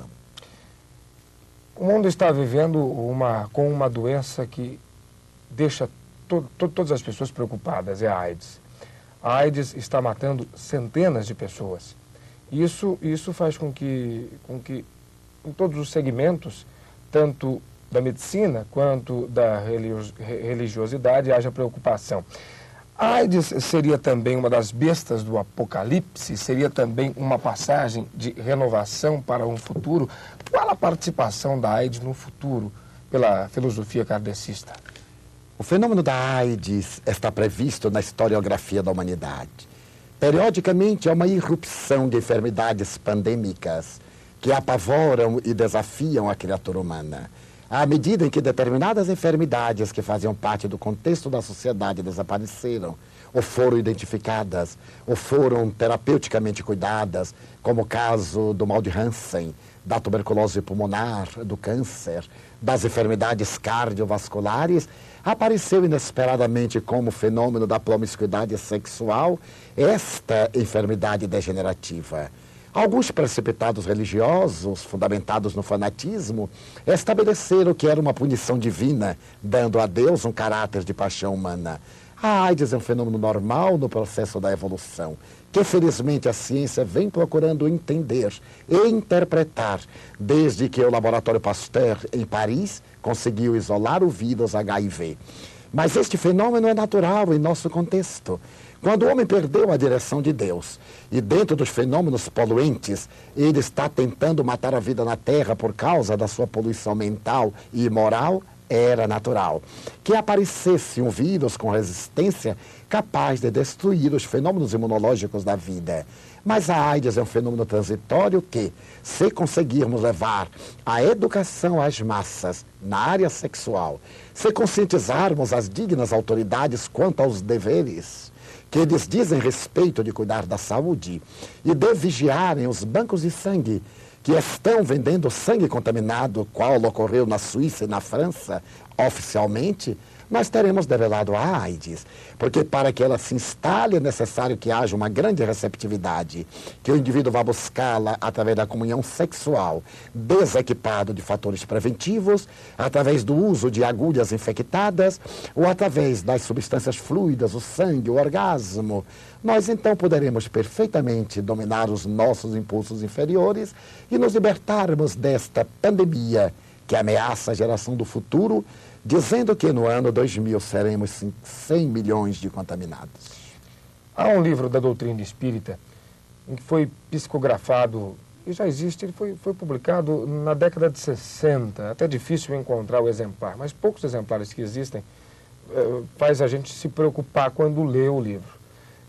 O mundo está vivendo com uma doença que deixa todas as pessoas preocupadas, é a AIDS. A AIDS está matando centenas de pessoas. Isso faz com que em todos os segmentos, tanto da medicina quanto da religiosidade, haja preocupação. A AIDS seria também uma das bestas do Apocalipse? Seria também uma passagem de renovação para um futuro? Qual a participação da AIDS no futuro pela filosofia kardecista? O fenômeno da AIDS está previsto na historiografia da humanidade. Periodicamente há uma irrupção de enfermidades pandêmicas que apavoram e desafiam a criatura humana. À medida em que determinadas enfermidades que faziam parte do contexto da sociedade desapareceram, ou foram identificadas, ou foram terapeuticamente cuidadas, como o caso do mal de Hansen, da tuberculose pulmonar, do câncer, das enfermidades cardiovasculares, apareceu inesperadamente como fenômeno da promiscuidade sexual esta enfermidade degenerativa. Alguns precipitados religiosos, fundamentados no fanatismo, estabeleceram que era uma punição divina, dando a Deus um caráter de paixão humana. A AIDS é um fenômeno normal no processo da evolução, que felizmente a ciência vem procurando entender e interpretar, desde que o Laboratório Pasteur, em Paris, conseguiu isolar o vírus HIV. Mas este fenômeno é natural em nosso contexto. Quando o homem perdeu a direção de Deus e dentro dos fenômenos poluentes, ele está tentando matar a vida na Terra por causa da sua poluição mental e moral, era natural que aparecesse um vírus com resistência capaz de destruir os fenômenos imunológicos da vida. Mas a AIDS é um fenômeno transitório que, se conseguirmos levar a educação às massas na área sexual, se conscientizarmos as dignas autoridades quanto aos deveres que eles dizem respeito de cuidar da saúde e de vigiarem os bancos de sangue que estão vendendo sangue contaminado, qual ocorreu na Suíça e na França, oficialmente, nós teremos develado a AIDS. Porque para que ela se instale é necessário que haja uma grande receptividade, que o indivíduo vá buscá-la através da comunhão sexual, desequipado de fatores preventivos, através do uso de agulhas infectadas, ou através das substâncias fluidas, o sangue, o orgasmo. Nós então poderemos perfeitamente dominar os nossos impulsos inferiores e nos libertarmos desta pandemia que ameaça a geração do futuro, dizendo que no ano 2000 seremos 100 milhões de contaminados. Há um livro da doutrina espírita em que foi psicografado, e já existe, ele foi publicado na década de 60, até difícil encontrar o exemplar, mas poucos exemplares que existem faz a gente se preocupar quando lê o livro.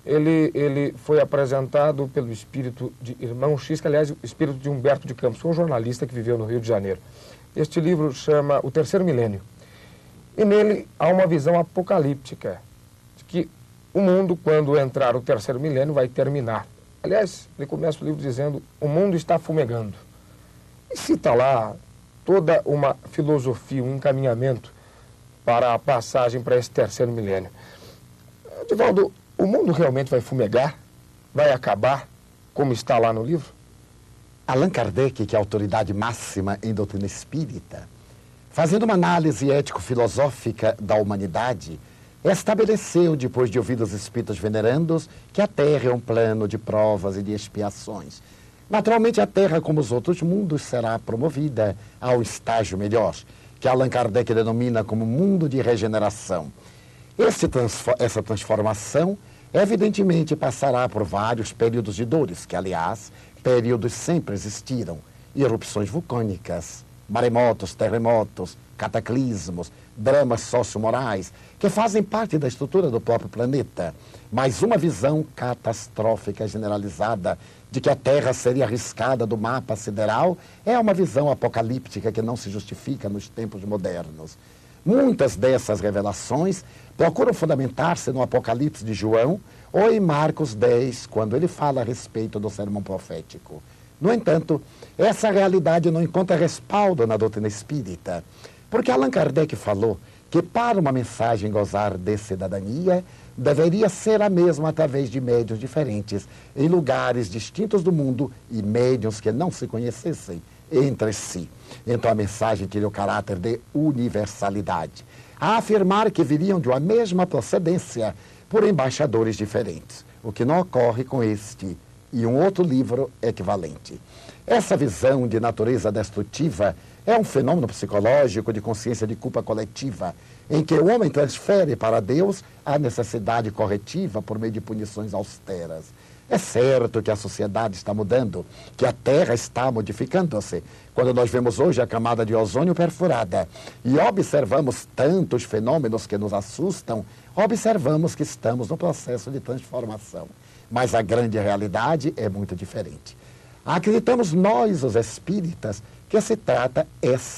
Ele foi apresentado pelo espírito de Irmão X, que aliás o espírito de Humberto de Campos, um jornalista que viveu no Rio de Janeiro. Este livro chama O Terceiro Milênio. E nele há uma visão apocalíptica de que o mundo, quando entrar o terceiro milênio, vai terminar. Aliás, ele começa o livro dizendo: o mundo está fumegando. E cita lá toda uma filosofia, um encaminhamento para a passagem para esse terceiro milênio. Divaldo, o mundo realmente vai fumegar? Vai acabar, como está lá no livro? Allan Kardec, que é a autoridade máxima em doutrina espírita, fazendo uma análise ético-filosófica da humanidade, estabeleceu, depois de ouvir os espíritos venerandos, que a Terra é um plano de provas e de expiações. Naturalmente, a Terra, como os outros mundos, será promovida ao estágio melhor, que Allan Kardec denomina como mundo de regeneração. Essa transformação, evidentemente, passará por vários períodos de dores, que, aliás, períodos sempre existiram. Erupções vulcânicas, maremotos, terremotos, cataclismos, dramas sociomorais, que fazem parte da estrutura do próprio planeta. Mas uma visão catastrófica generalizada de que a Terra seria arriscada do mapa sideral é uma visão apocalíptica que não se justifica nos tempos modernos. Muitas dessas revelações procuram fundamentar-se no Apocalipse de João ou em Marcos 10, quando ele fala a respeito do sermão profético. No entanto, essa realidade não encontra respaldo na doutrina espírita, porque Allan Kardec falou que para uma mensagem gozar de cidadania, deveria ser a mesma através de médiuns diferentes, em lugares distintos do mundo e médiuns que não se conhecessem entre si. Então a mensagem teria o caráter de universalidade, a afirmar que viriam de uma mesma procedência por embaixadores diferentes, o que não ocorre com este e um outro livro equivalente. Essa visão de natureza destrutiva é um fenômeno psicológico de consciência de culpa coletiva, em que o homem transfere para Deus a necessidade corretiva por meio de punições austeras. É certo que a sociedade está mudando, que a Terra está modificando-se. Quando nós vemos hoje a camada de ozônio perfurada e observamos tantos fenômenos que nos assustam, observamos que estamos no processo de transformação. Mas a grande realidade é muito diferente. Acreditamos nós, os espíritas, que se trata essa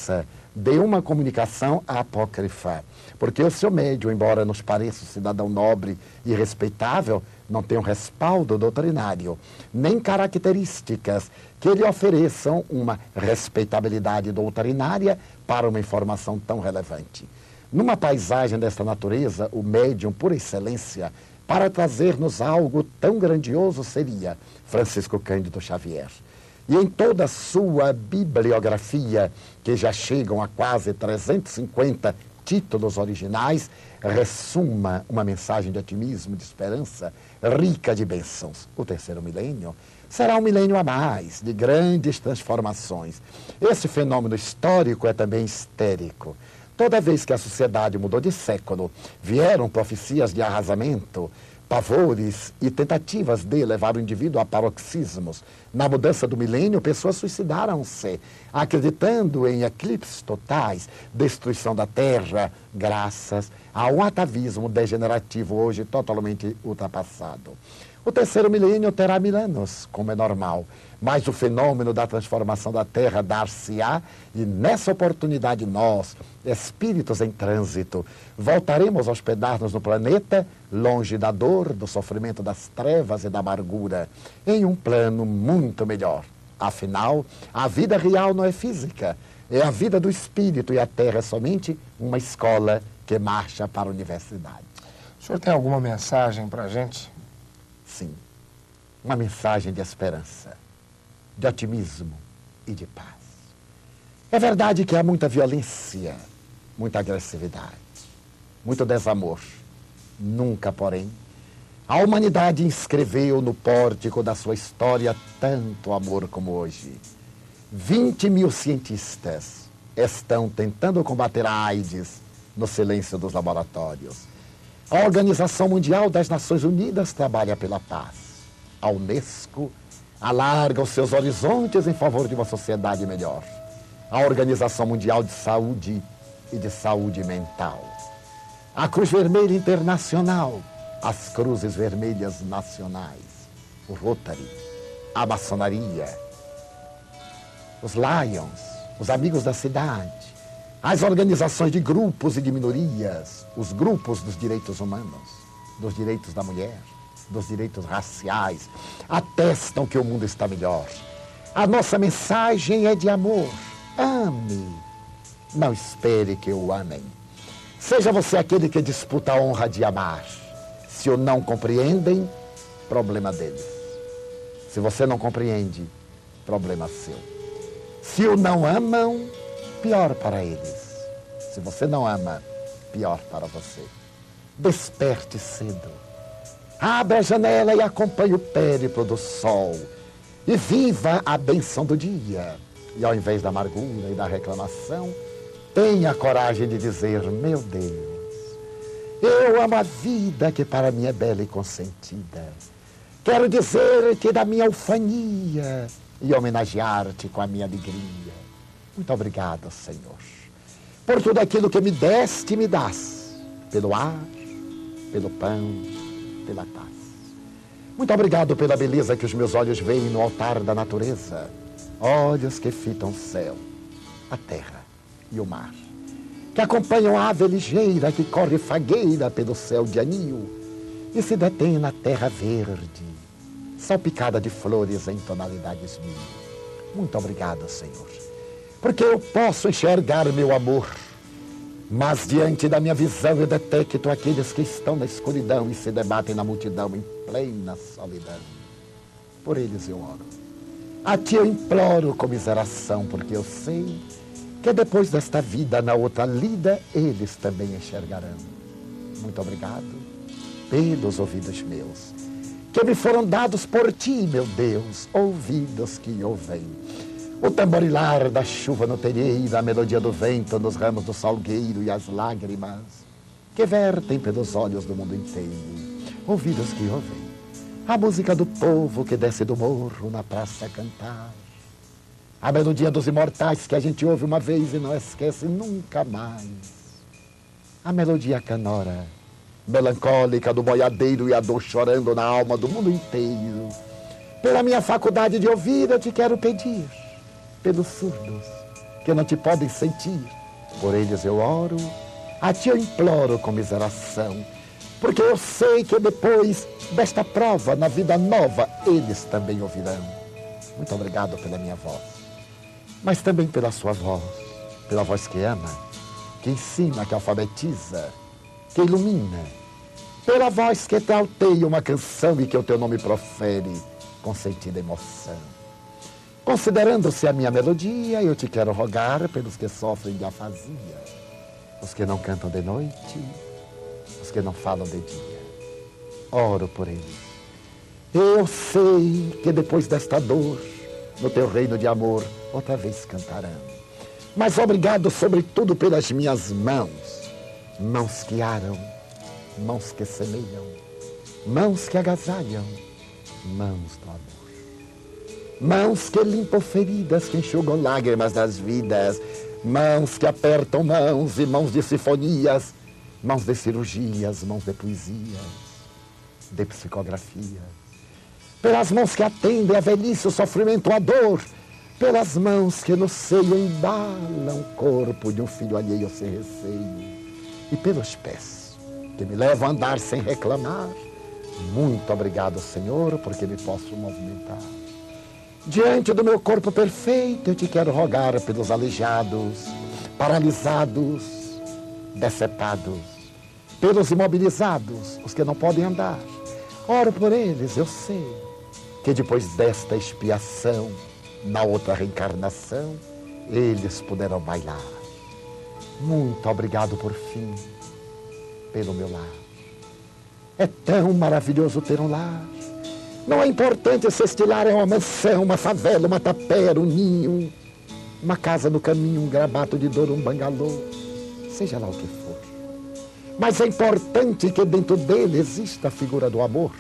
de uma comunicação apócrifa. Porque o seu médium, embora nos pareça um cidadão nobre e respeitável, não tem um respaldo doutrinário, nem características que lhe ofereçam uma respeitabilidade doutrinária para uma informação tão relevante. Numa paisagem desta natureza, o médium, por excelência, para trazer-nos algo tão grandioso seria Francisco Cândido Xavier. E em toda a sua bibliografia, que já chegam a quase 350 títulos originais, ressuma uma mensagem de otimismo, de esperança, rica de bênçãos. O terceiro milênio será um milênio a mais, de grandes transformações. Esse fenômeno histórico é também histérico. Toda vez que a sociedade mudou de século, vieram profecias de arrasamento, pavores e tentativas de levar o indivíduo a paroxismos. Na mudança do milênio, pessoas suicidaram-se, acreditando em eclipses totais, destruição da Terra, graças a um atavismo degenerativo hoje totalmente ultrapassado. O terceiro milênio terá 1000 anos, como é normal, mas o fenômeno da transformação da Terra dar-se-á e nessa oportunidade nós, espíritos em trânsito, voltaremos a hospedar-nos no planeta, longe da dor, do sofrimento, das trevas e da amargura, em um plano muito melhor. Afinal, a vida real não é física, é a vida do espírito e a Terra é somente uma escola que marcha para a universidade. O senhor tem alguma mensagem para a gente? Sim, uma mensagem de esperança, de otimismo e de paz. É verdade que há muita violência, muita agressividade, muito desamor. Nunca, porém, a humanidade inscreveu no pórtico da sua história tanto amor como hoje. 20.000 cientistas estão tentando combater a AIDS no silêncio dos laboratórios. A Organização Mundial das Nações Unidas trabalha pela paz. A Unesco alarga os seus horizontes em favor de uma sociedade melhor. A Organização Mundial de Saúde e de Saúde Mental. A Cruz Vermelha Internacional, as Cruzes Vermelhas Nacionais, o Rotary, a maçonaria, os Lions, os Amigos da Cidade, as organizações de grupos e de minorias, os grupos dos direitos humanos, dos direitos da mulher, dos direitos raciais, atestam que o mundo está melhor. A nossa mensagem é de amor. Ame. Não espere que o amem. Seja você aquele que disputa a honra de amar. Se o não compreendem, problema deles. Se você não compreende, problema seu. Se o não amam, pior para eles. Se você não ama, pior para você. Desperte cedo. Abra a janela e acompanhe o périplo do sol. E viva a bênção do dia. E ao invés da amargura e da reclamação, tenha a coragem de dizer, meu Deus, eu amo a vida que para mim é bela e consentida. Quero dizer-te da minha ufania e homenagear-te com a minha alegria. Muito obrigado, Senhor, por tudo aquilo que me deste e me dás, pelo ar, pelo pão, pela paz. Muito obrigado pela beleza que os meus olhos veem no altar da natureza, olhos que fitam o céu, a terra e o mar, que acompanham a ave ligeira que corre fagueira pelo céu de anil e se detém na terra verde, salpicada de flores em tonalidades mil. Muito obrigado, Senhor, porque eu posso enxergar meu amor, mas diante da minha visão eu detecto aqueles que estão na escuridão e se debatem na multidão em plena solidão. Por eles eu oro. A ti eu imploro comiseração, porque eu sei que depois desta vida, na outra lida, eles também enxergarão. Muito obrigado pelos ouvidos meus, que me foram dados por ti, meu Deus, ouvidos que ouvem o tamborilar da chuva no terreiro, a melodia do vento nos ramos do salgueiro e as lágrimas que vertem pelos olhos do mundo inteiro. Ouvidos que ouvem a música do povo que desce do morro na praça a cantar. A melodia dos imortais que a gente ouve uma vez e não esquece nunca mais. A melodia canora, melancólica do boiadeiro e a dor chorando na alma do mundo inteiro. Pela minha faculdade de ouvir eu te quero pedir, pelos surdos que não te podem sentir, Por eles eu oro, a ti eu imploro comiseração, porque eu sei que depois desta prova, na vida nova, eles também ouvirão. Muito obrigado pela minha voz, mas também pela sua voz, pela voz que ama, que ensina, que alfabetiza, que ilumina, pela voz que te alteia uma canção e que o teu nome profere com sentida emoção. Considerando-se a minha melodia, eu te quero rogar pelos que sofrem de afasia, os que não cantam de noite, os que não falam de dia. Oro por eles. Eu sei que depois desta dor, no teu reino de amor, outra vez cantarão. Mas obrigado, sobretudo, pelas minhas mãos, mãos que aram, mãos que semeiam, mãos que agasalham, mãos do amor. Mãos que limpam feridas, que enxugam lágrimas das vidas, mãos que apertam mãos e mãos de sinfonias, mãos de cirurgias, mãos de poesias, de psicografias. Pelas mãos que atendem a velhice, o sofrimento, a dor, pelas mãos que no seio embalam o corpo de um filho alheio sem receio, e pelos pés que me levam a andar sem reclamar. Muito obrigado, Senhor, porque me posso movimentar. Diante do meu corpo perfeito, eu te quero rogar pelos aleijados, paralisados, decepados, pelos imobilizados, os que não podem andar. Oro por eles, eu sei que depois desta expiação, na outra reencarnação, eles poderão bailar. Muito obrigado por fim, pelo meu lar. É tão maravilhoso ter um lar. Não é importante se este lar é uma mansão, uma favela, uma tapera, um ninho, uma casa no caminho, um grabato de dor, um bangalô, seja lá o que for. Mas é importante que dentro dele exista a figura do amor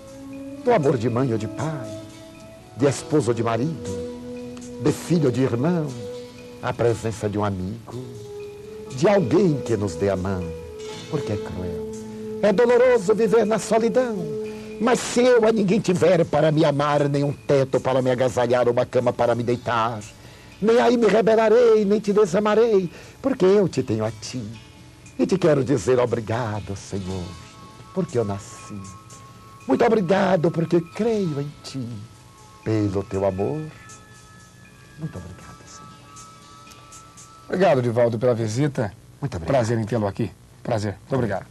de mãe ou de pai, de esposo ou de marido, de filho ou de irmão, a presença de um amigo, de alguém que nos dê a mão, porque é cruel. É doloroso viver na solidão, mas se eu a ninguém tiver para me amar, nem um teto para me agasalhar, uma cama para me deitar, nem aí me rebelarei, nem te desamarei, porque eu te tenho a ti. E te quero dizer obrigado, Senhor, porque eu nasci. Muito obrigado, porque creio em ti, pelo teu amor. Muito obrigado, Senhor. Obrigado, Divaldo, pela visita. Muito obrigado. Prazer em tê-lo aqui. Prazer. Muito obrigado.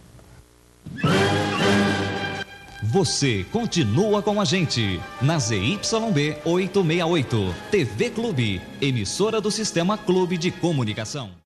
Você continua com a gente na ZYB 868, TV Clube, emissora do Sistema Clube de Comunicação.